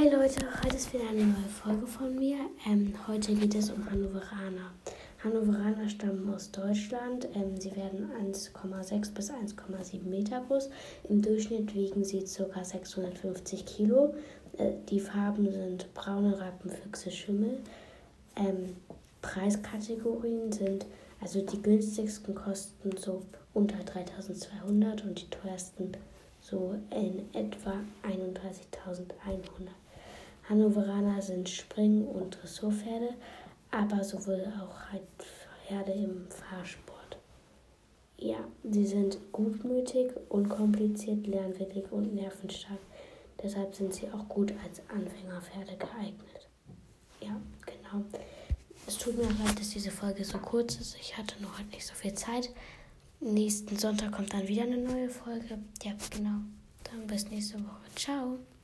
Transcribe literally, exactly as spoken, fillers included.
Hi Leute, heute ist wieder eine neue Folge von mir. Ähm, heute geht es um Hannoveraner. Hannoveraner stammen aus Deutschland. Ähm, sie werden eins Komma sechs bis eins Komma sieben Meter groß. Im Durchschnitt wiegen sie ca. sechshundertfünfzig Kilo. Äh, die Farben sind braune Rappen, Füchse, Schimmel. Ähm, Preiskategorien sind, also die günstigsten kosten so unter dreitausendzweihundert und die teuersten so in etwa einunddreißigtausendeinhundert. Hannoveraner sind Spring- und Dressurpferde, aber sowohl auch halt Pferde im Fahrsport. Ja, sie sind gutmütig, unkompliziert, lernwillig und nervenstark. Deshalb sind sie auch gut als Anfängerpferde geeignet. Ja, genau. Es tut mir leid, dass diese Folge so kurz ist. Ich hatte noch heute nicht so viel Zeit. Nächsten Sonntag kommt dann wieder eine neue Folge. Ja, genau. Dann bis nächste Woche. Ciao.